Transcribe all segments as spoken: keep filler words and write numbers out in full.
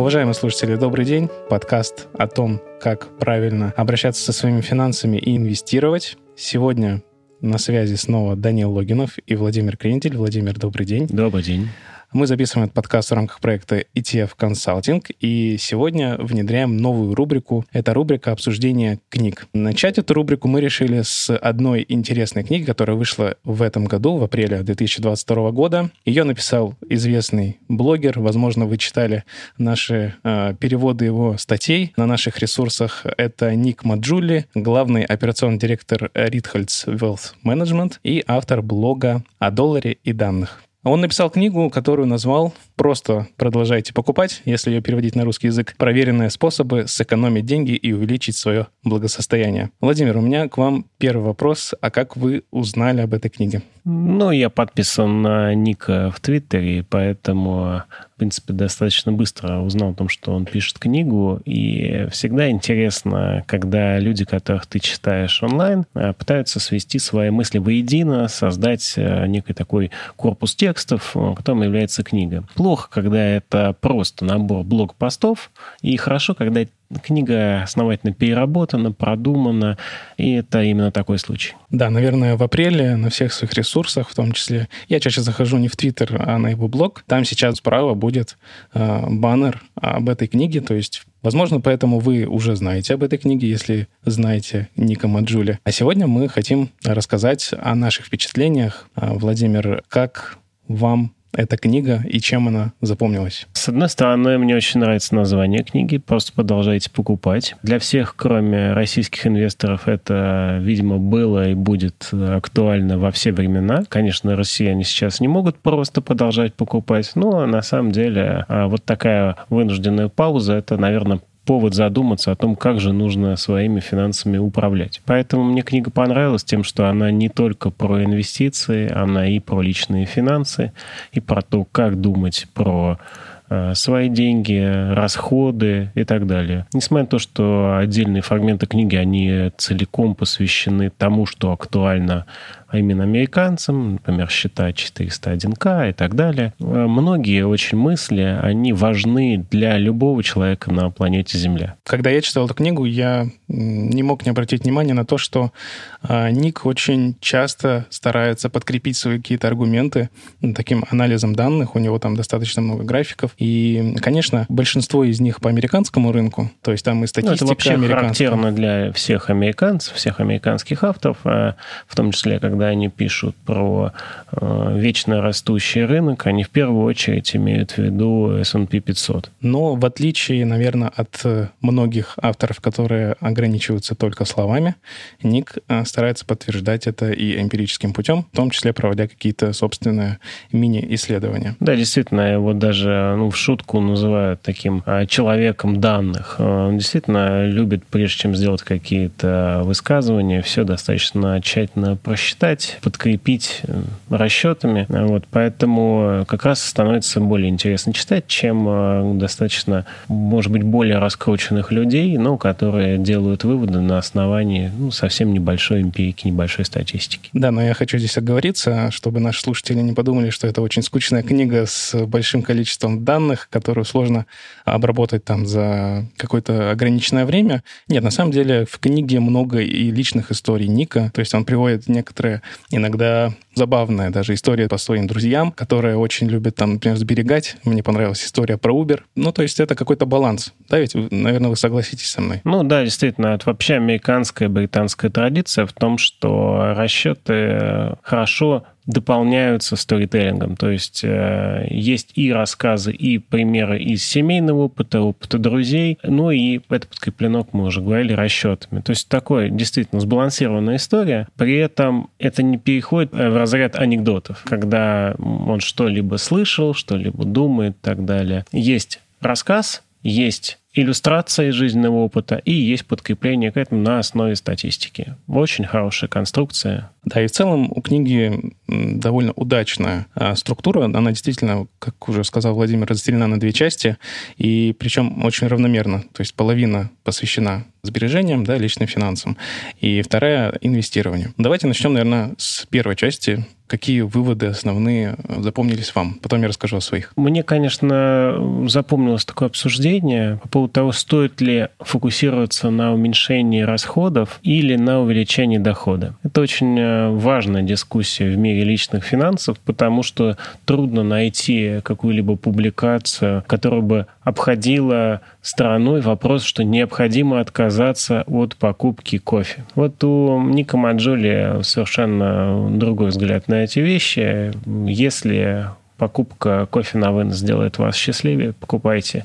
Уважаемые слушатели, добрый день. Подкаст о том, как правильно обращаться со своими финансами и инвестировать. Сегодня на связи снова Данил Логинов и Владимир Крендель. Владимир, добрый день. Добрый день. Мы записываем этот подкаст в рамках проекта и ти эф Consulting, и сегодня внедряем новую рубрику. Это рубрика обсуждения книг. Начать эту рубрику мы решили с одной интересной книги, которая вышла в этом году, в апреле две тысячи двадцать второго года. Ее написал известный блогер. Возможно, вы читали наши э, переводы его статей на наших ресурсах. Это Ник Маджулли, главный операционный директор Ritholtz Wealth Management и автор блога о долларе и данных. Он написал книгу, которую назвал «Просто продолжайте покупать», если ее переводить на русский язык, «Проверенные способы сэкономить деньги и увеличить свое благосостояние». Владимир, у меня к вам первый вопрос. А как вы узнали об этой книге? Ну, я подписан на Ника в Твиттере, поэтому, в принципе, достаточно быстро узнал о том, что он пишет книгу. И всегда интересно, когда люди, которых ты читаешь онлайн, пытаются свести свои мысли воедино, создать некий такой корпус текстов, которым является книга. Плохо, когда это просто набор блог-постов, и хорошо, когда книга основательно переработана, продумана, и это именно такой случай. Да, наверное, в апреле на всех своих ресурсах, в том числе, я чаще захожу не в Твиттер, а на его блог, там сейчас справа будет э, баннер об этой книге, то есть, возможно, поэтому вы уже знаете об этой книге, если знаете Ника Маджулли. А сегодня мы хотим рассказать о наших впечатлениях. Владимир, как вам эта книга и чем она запомнилась? С одной стороны, мне очень нравится название книги. Просто продолжайте покупать. Для всех, кроме российских инвесторов, это, видимо, было и будет актуально во все времена. Конечно, россияне сейчас не могут просто продолжать покупать, но на самом деле вот такая вынужденная пауза, это, наверное, повод задуматься о том, как же нужно своими финансами управлять. Поэтому мне книга понравилась тем, что она не только про инвестиции, она и про личные финансы, и про то, как думать про э, свои деньги, расходы и так далее. Несмотря на то, что отдельные фрагменты книги, они целиком посвящены тому, что актуально а именно американцам, например, счета четыреста один ка и так далее. Многие очень мысли, они важны для любого человека на планете Земля. Когда я читал эту книгу, я не мог не обратить внимания на то, что э, Ник очень часто старается подкрепить свои какие-то аргументы таким анализом данных. У него там достаточно много графиков. И, конечно, большинство из них по американскому рынку. То есть там и статистика американская. Это вообще американская. Характерно для всех американцев, всех американских авторов, в том числе, когда когда они пишут про э, вечно растущий рынок, они в первую очередь имеют в виду эс энд пи пятьсот. Но в отличие, наверное, от многих авторов, которые ограничиваются только словами, Ник старается подтверждать это и эмпирическим путем, в том числе проводя какие-то собственные мини-исследования. Да, действительно, его даже ну, в шутку называют таким человеком данных. Он действительно любит, прежде чем сделать какие-то высказывания, все достаточно тщательно просчитать, подкрепить расчетами. Вот, поэтому как раз становится более интересно читать, чем достаточно, может быть, более раскрученных людей, но которые делают выводы на основании ну, совсем небольшой эмпирики, небольшой статистики. Да, но я хочу здесь оговориться, чтобы наши слушатели не подумали, что это очень скучная книга с большим количеством данных, которую сложно обработать там за какое-то ограниченное время. Нет, на самом деле в книге много и личных историй Ника, то есть он приводит некоторые иногда забавная даже история по своим друзьям, которые очень любят, там, например, сберегать. Мне понравилась история про Uber. Ну, то есть это какой-то баланс. Да, ведь, наверное, вы согласитесь со мной. Ну, да, действительно. Это вообще американская, британская традиция в том, что расчеты хорошо дополняются сторителлингом. То есть э, есть и рассказы, и примеры из семейного опыта, опыта друзей, ну и это подкреплено, как мы уже говорили, расчетами. То есть такое действительно сбалансированная история. При этом это не переходит в разряд анекдотов, когда он что-либо слышал, что-либо думает и так далее. Есть рассказ, есть иллюстрация жизненного опыта и есть подкрепление к этому на основе статистики. Очень хорошая конструкция. Да, и в целом у книги довольно удачная структура. Она действительно, как уже сказал Владимир, разделена на две части, и причем очень равномерно. То есть половина посвящена сбережениям, да, личным финансам, и вторая — инвестированию. Давайте начнем, наверное, с первой части, какие выводы основные запомнились вам? Потом я расскажу о своих. Мне, конечно, запомнилось такое обсуждение по поводу того, стоит ли фокусироваться на уменьшении расходов или на увеличении дохода. Это очень важная дискуссия в мире личных финансов, потому что трудно найти какую-либо публикацию, которая бы обходила стороной вопрос, что необходимо отказаться от покупки кофе. Вот у Ника Маджоли совершенно другой взгляд на эти вещи. Если покупка кофе на вынос сделает вас счастливее, покупайте.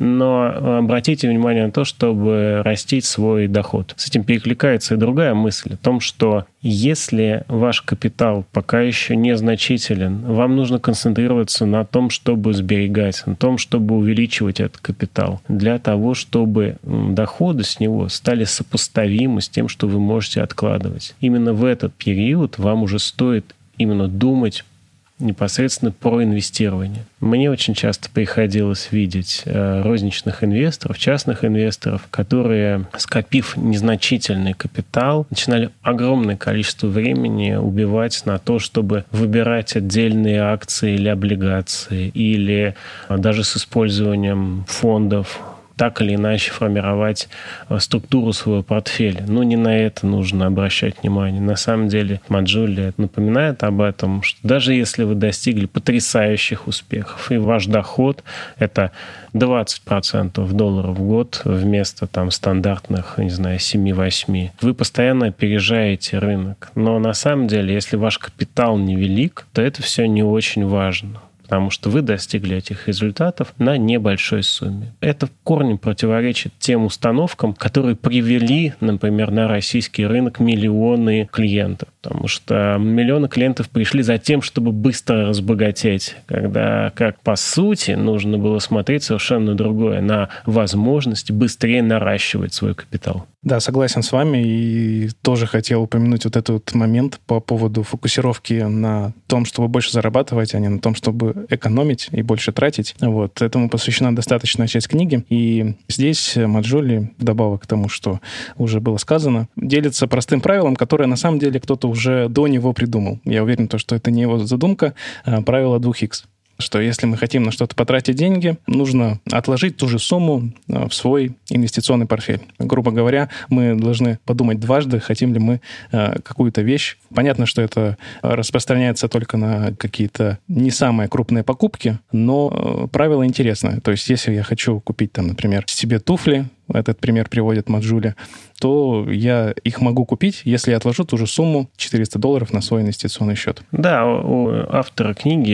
Но обратите внимание на то, чтобы растить свой доход. С этим перекликается и другая мысль о том, что если ваш капитал пока еще незначителен, вам нужно концентрироваться на том, чтобы сберегать, на том, чтобы увеличивать этот капитал, для того, чтобы доходы с него стали сопоставимы с тем, что вы можете откладывать. Именно в этот период вам уже стоит именно думать непосредственно про инвестирование. Мне очень часто приходилось видеть э, розничных инвесторов, частных инвесторов, которые, скопив незначительный капитал, начинали огромное количество времени убивать на то, чтобы выбирать отдельные акции или облигации, или э, даже с использованием фондов, так или иначе формировать структуру своего портфеля. Но не на это нужно обращать внимание. На самом деле Маджоли напоминает об этом, что даже если вы достигли потрясающих успехов, и ваш доход — это двадцать процентов долларов в год вместо там стандартных, не знаю, семь-восемь, вы постоянно опережаете рынок. Но на самом деле, если ваш капитал невелик, то это все не очень важно, потому что вы достигли этих результатов на небольшой сумме. Это в корне противоречит тем установкам, которые привели, например, на российский рынок миллионы клиентов. Потому что миллионы клиентов пришли за тем, чтобы быстро разбогатеть, когда, как по сути, нужно было смотреть совершенно другое, на возможность быстрее наращивать свой капитал. Да, согласен с вами, и тоже хотел упомянуть вот этот вот момент по поводу фокусировки на том, чтобы больше зарабатывать, а не на том, чтобы экономить и больше тратить. Вот. Этому посвящена достаточная часть книги, и здесь Маджоли, вдобавок к тому, что уже было сказано, делится простым правилом, которое на самом деле кто-то уже до него придумал. Я уверен, что это не его задумка, а правило двух икс. Что если мы хотим на что-то потратить деньги, нужно отложить ту же сумму в свой инвестиционный портфель. Грубо говоря, мы должны подумать дважды, хотим ли мы какую-то вещь. Понятно, что это распространяется только на какие-то не самые крупные покупки, но правило интересное. То есть если я хочу купить, там, например, себе туфли, этот пример приводит Маджоли, то я их могу купить, если я отложу ту же сумму четыреста долларов на свой инвестиционный счет. Да, у автора книги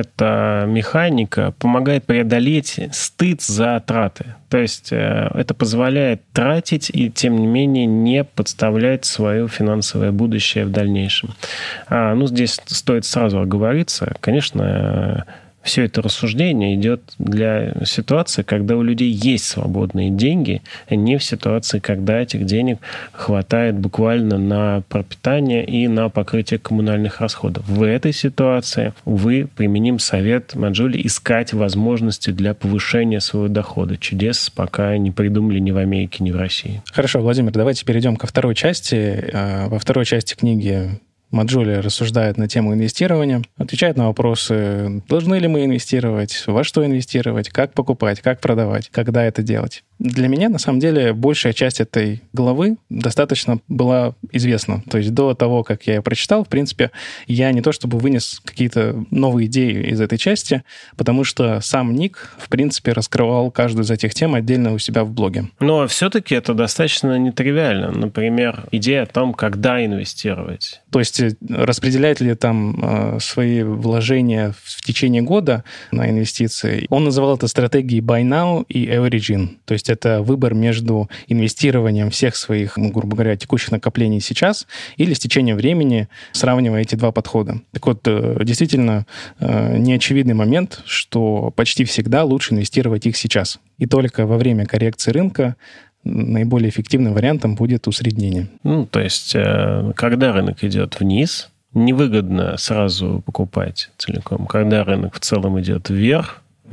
эта механика помогает преодолеть стыд за траты. То есть это позволяет тратить и, тем не менее, не подставлять свое финансовое будущее в дальнейшем. А, ну, здесь стоит сразу оговориться. Конечно, все это рассуждение идет для ситуации, когда у людей есть свободные деньги, а не в ситуации, когда этих денег хватает буквально на пропитание и на покрытие коммунальных расходов. В этой ситуации, увы, применим совет Маджоли искать возможности для повышения своего дохода. Чудес пока не придумали ни в Америке, ни в России. Хорошо, Владимир, давайте перейдем ко второй части. Во второй части книги Маджоли рассуждает на тему инвестирования, отвечает на вопросы, должны ли мы инвестировать, во что инвестировать, как покупать, как продавать, когда это делать. Для меня, на самом деле, большая часть этой главы достаточно была известна. То есть до того, как я ее прочитал, в принципе, я не то чтобы вынес какие-то новые идеи из этой части, потому что сам Ник, в принципе, раскрывал каждую из этих тем отдельно у себя в блоге. Но все-таки это достаточно нетривиально. Например, идея о том, когда инвестировать. То есть распределять ли там свои вложения в течение года на инвестиции. Он называл это стратегией buy now и average in. То есть это выбор между инвестированием всех своих, ну, грубо говоря, текущих накоплений сейчас или с течением времени, сравнивая эти два подхода. Так вот, действительно, неочевидный момент, что почти всегда лучше инвестировать их сейчас. И только во время коррекции рынка наиболее эффективным вариантом будет усреднение. Ну, то есть, когда рынок идет вниз, невыгодно сразу покупать целиком. Когда рынок в целом идет вверх,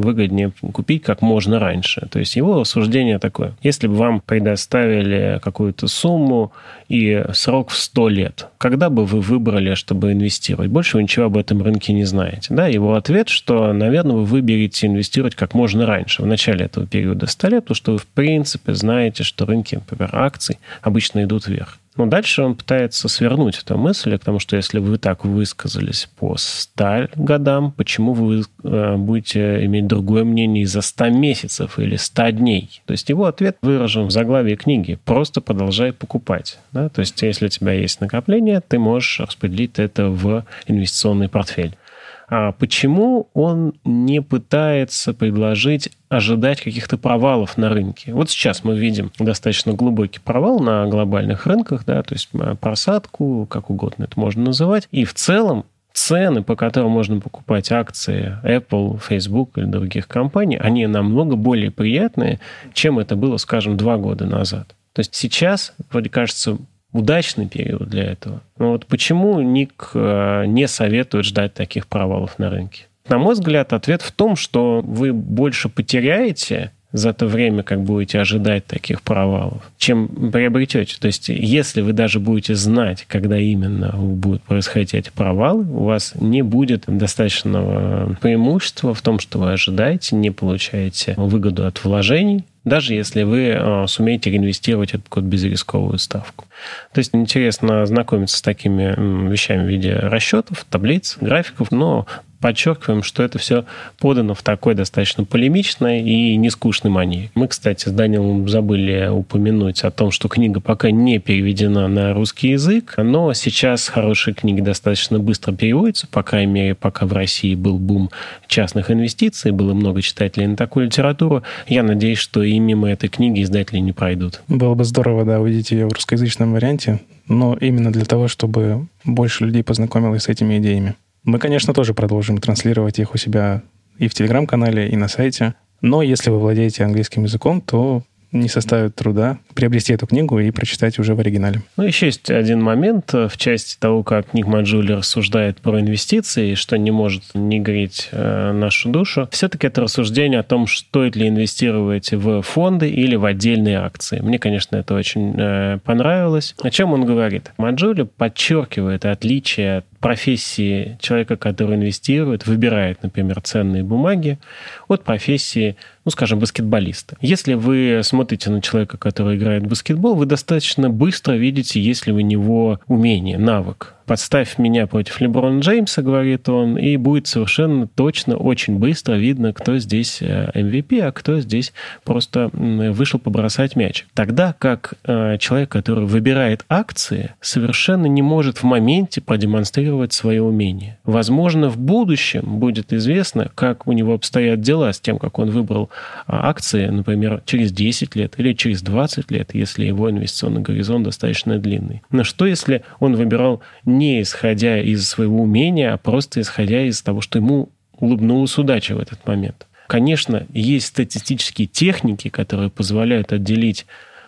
выгоднее купить как можно раньше. То есть его рассуждение такое. Если бы вам предоставили какую-то сумму и срок в сто лет, когда бы вы выбрали, чтобы инвестировать? Больше вы ничего об этом рынке не знаете. Да? Его ответ, что, наверное, вы выберете инвестировать как можно раньше, в начале этого периода ста лет, потому что вы, в принципе, знаете, что рынки, например, акций обычно идут вверх. Но дальше он пытается свернуть эту мысль, потому что если вы так высказались по ста годам, почему вы будете иметь другое мнение за сто месяцев или сто дней? То есть его ответ выражен в заглавии книги. Просто продолжай покупать. Да? То есть если у тебя есть накопление, ты можешь распределить это в инвестиционный портфель. А почему он не пытается предложить ожидать каких-то провалов на рынке? Вот сейчас мы видим достаточно глубокий провал на глобальных рынках, да, то есть просадку, как угодно это можно называть. И в целом цены, по которым можно покупать акции Apple, Facebook или других компаний, они намного более приятные, чем это было, скажем, два года назад. То есть сейчас, вроде кажется, удачный период для этого. Но вот почему Ник не советует ждать таких провалов на рынке? На мой взгляд, ответ в том, что вы больше потеряете за то время, как будете ожидать таких провалов, чем приобретете. То есть, если вы даже будете знать, когда именно будут происходить эти провалы, у вас не будет достаточного преимущества в том, что вы ожидаете, не получаете выгоду от вложений, даже если вы э, сумеете реинвестировать эту какую-то безрисковую ставку. То есть интересно знакомиться с такими м, вещами в виде расчетов, таблиц, графиков, но подчеркиваем, что это все подано в такой достаточно полемичной и нескучной манере. Мы, кстати, с Данилом забыли упомянуть о том, что книга пока не переведена на русский язык, но сейчас хорошие книги достаточно быстро переводятся, по крайней мере, пока в России был бум частных инвестиций, было много читателей на такую литературу. Я надеюсь, что и мимо этой книги издатели не пройдут. Было бы здорово, да, увидеть ее в русскоязычном варианте, но именно для того, чтобы больше людей познакомилось с этими идеями. Мы, конечно, тоже продолжим транслировать их у себя и в Телеграм-канале, и на сайте. Но если вы владеете английским языком, то не составит труда приобрести эту книгу и прочитать уже в оригинале. Ну, еще есть один момент в части того, как Ник Маджули рассуждает про инвестиции, что не может не греть э, нашу душу. Все-таки это рассуждение о том, стоит ли инвестировать в фонды или в отдельные акции. Мне, конечно, это очень э, понравилось. О чем он говорит? Маджули подчеркивает отличие от профессии человека, который инвестирует, выбирает, например, ценные бумаги, от профессии, ну, скажем, баскетболиста. Если вы смотрите на человека, который играет в баскетбол, вы достаточно быстро видите, есть ли у него умение, навык. «Подставь меня против Леброна Джеймса», говорит он, и будет совершенно точно, очень быстро видно, кто здесь эм ви пи, а кто здесь просто вышел побросать мяч. Тогда как человек, который выбирает акции, совершенно не может в моменте продемонстрировать свое умение. Возможно, в будущем будет известно, как у него обстоят дела с тем, как он выбрал акции, например, через десять лет или через двадцать лет, если его инвестиционный горизонт достаточно длинный. Но что, если он выбирал не исходя из своего умения, а просто исходя из того, что ему улыбнулась удача в этот момент? Конечно, есть статистические техники, которые позволяют отделить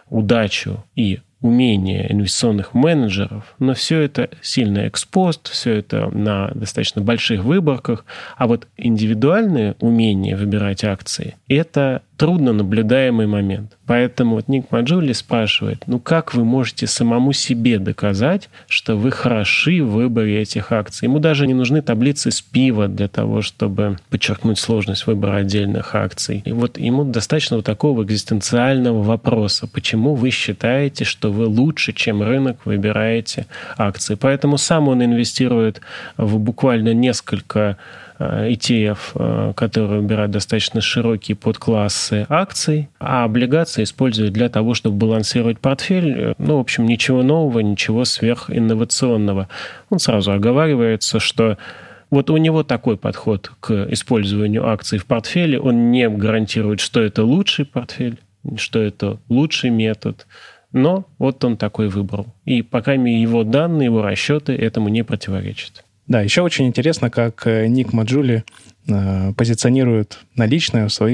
удачу и умение инвестиционных менеджеров, но все это сильно экспост, все это на достаточно больших выборках, а вот индивидуальное умение выбирать акции – это трудно наблюдаемый момент. Поэтому вот Ник Маджули спрашивает, ну как вы можете самому себе доказать, что вы хороши в выборе этих акций? Ему даже не нужны таблицы с пива для того, чтобы подчеркнуть сложность выбора отдельных акций. И вот ему достаточно вот такого экзистенциального вопроса, почему вы считаете, что вы лучше, чем рынок, выбираете акции. Поэтому сам он инвестирует в буквально несколько и ти эф, которые выбирают достаточно широкие подклассы акций, а облигации используют для того, чтобы балансировать портфель. Ну, в общем, ничего нового, ничего сверхинновационного. Он сразу оговаривается, что вот у него такой подход к использованию акций в портфеле. Он не гарантирует, что это лучший портфель, что это лучший метод. Но вот он такой выбрал. И, по крайней мере, его данные, его расчеты этому не противоречат. Да, еще очень интересно, как Ник Маджули э, позиционирует наличное в своих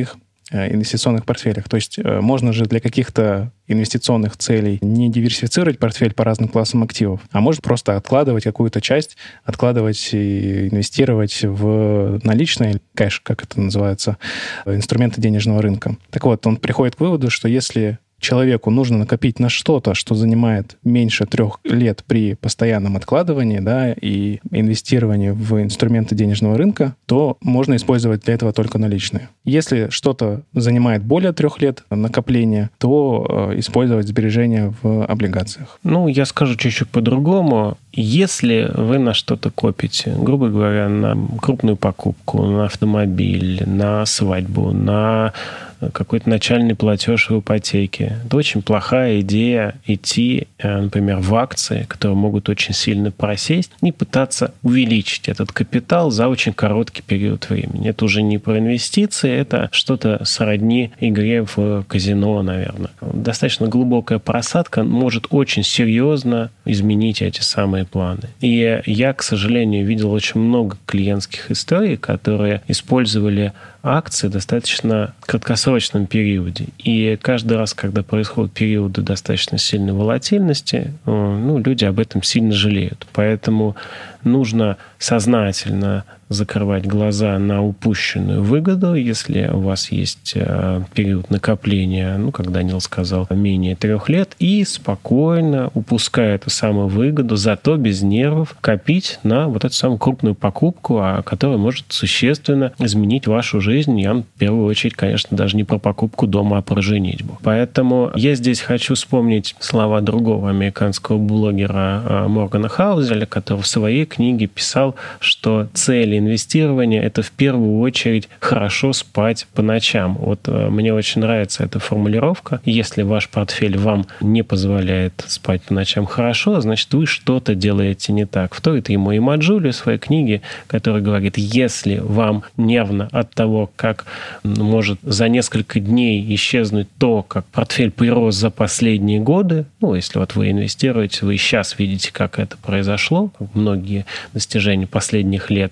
инвестиционных портфелях. То есть можно же для каких-то инвестиционных целей не диверсифицировать портфель по разным классам активов, а можно просто откладывать какую-то часть, откладывать и инвестировать в наличные, кэш, как это называется, инструменты денежного рынка. Так вот, он приходит к выводу, что если человеку нужно накопить на что-то, что занимает меньше трех лет при постоянном откладывании, да, и инвестировании в инструменты денежного рынка, то можно использовать для этого только наличные. Если что-то занимает более трех лет накопления, то э, использовать сбережения в облигациях. Ну, я скажу чуть-чуть по-другому. Если вы на что-то копите, грубо говоря, на крупную покупку, на автомобиль, на свадьбу, на какой-то начальный платеж в ипотеке, это очень плохая идея идти, например, в акции, которые могут очень сильно просесть, и пытаться увеличить этот капитал за очень короткий период времени. Это уже не про инвестиции, это что-то сродни игре в казино, наверное. Достаточно глубокая просадка может очень серьезно изменить эти самые планы. И я, к сожалению, видел очень много клиентских историй, которые использовали акции в достаточно краткосрочном периоде. И каждый раз, когда происходят периоды достаточно сильной волатильности, ну, люди об этом сильно жалеют. Поэтому нужно сознательно закрывать глаза на упущенную выгоду, если у вас есть период накопления, ну, как Данил сказал, менее трех лет, и спокойно, упуская эту самую выгоду, зато без нервов, копить на вот эту самую крупную покупку, которая может существенно изменить вашу жизнь. Я в первую очередь, конечно, даже не про покупку дома, а про женитьбу. Поэтому я здесь хочу вспомнить слова другого американского блогера Моргана Хаузеля, который в своей книге писал, что цель инвестирования – это в первую очередь хорошо спать по ночам. Вот мне очень нравится эта формулировка. Если ваш портфель вам не позволяет спать по ночам хорошо, значит, вы что-то делаете не так. Вторит ему и Маджули в своей книге, который говорит, если вам нервно от того, как может за несколько дней исчезнуть то, как портфель прирос за последние годы, ну, если вот вы инвестируете, вы сейчас видите, как это произошло, многие достижения последних лет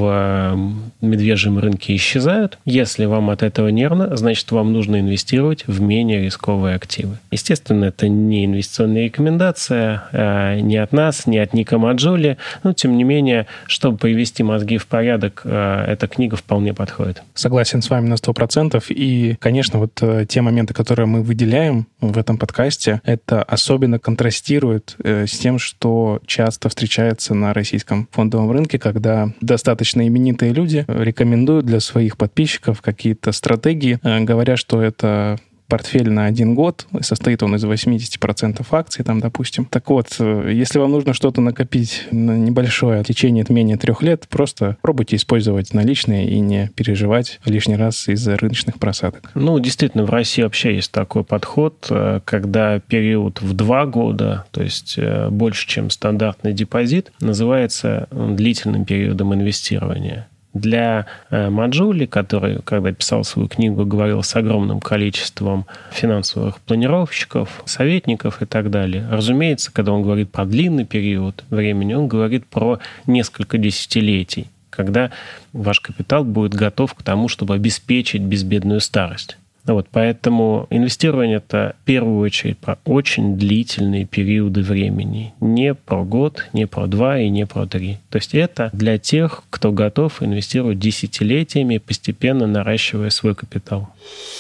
в медвежьем рынке исчезают. Если вам от этого нервно, значит, вам нужно инвестировать в менее рисковые активы. Естественно, это не инвестиционная рекомендация э, ни от нас, ни от Ника Маджули, но, тем не менее, чтобы привести мозги в порядок, э, эта книга вполне подходит. Согласен с вами на сто процентов. И, конечно, вот э, те моменты, которые мы выделяем в этом подкасте, это особенно контрастирует э, с тем, что часто встречается на российском фондовом рынке, когда достаточно именитые люди рекомендуют для своих подписчиков какие-то стратегии, говоря, что это портфель на один год, состоит он из восемьдесят процентов акций, там, допустим. Так вот, если вам нужно что-то накопить на небольшое в течение менее трех лет, просто пробуйте использовать наличные и не переживать лишний раз из-за рыночных просадок. Ну, действительно, в России вообще есть такой подход, когда период в два года, то есть больше, чем стандартный депозит, называется длительным периодом инвестирования. Для Маджули, который, когда писал свою книгу, говорил с огромным количеством финансовых планировщиков, советников и так далее. Разумеется, когда он говорит про длинный период времени, он говорит про несколько десятилетий, когда ваш капитал будет готов к тому, чтобы обеспечить безбедную старость. Вот, поэтому инвестирование – это в первую очередь про очень длительные периоды времени. Не про год, не про два и не про три. То есть это для тех, кто готов инвестировать десятилетиями, постепенно наращивая свой капитал.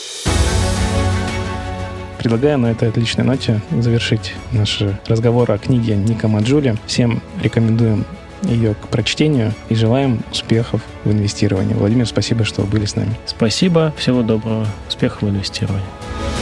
Предлагаю на этой отличной ноте завершить наш разговор о книге Ника Маджули. Всем рекомендуем ее к прочтению и желаем успехов в инвестировании. Владимир, спасибо, что были с нами. Спасибо, всего доброго, успехов в инвестировании.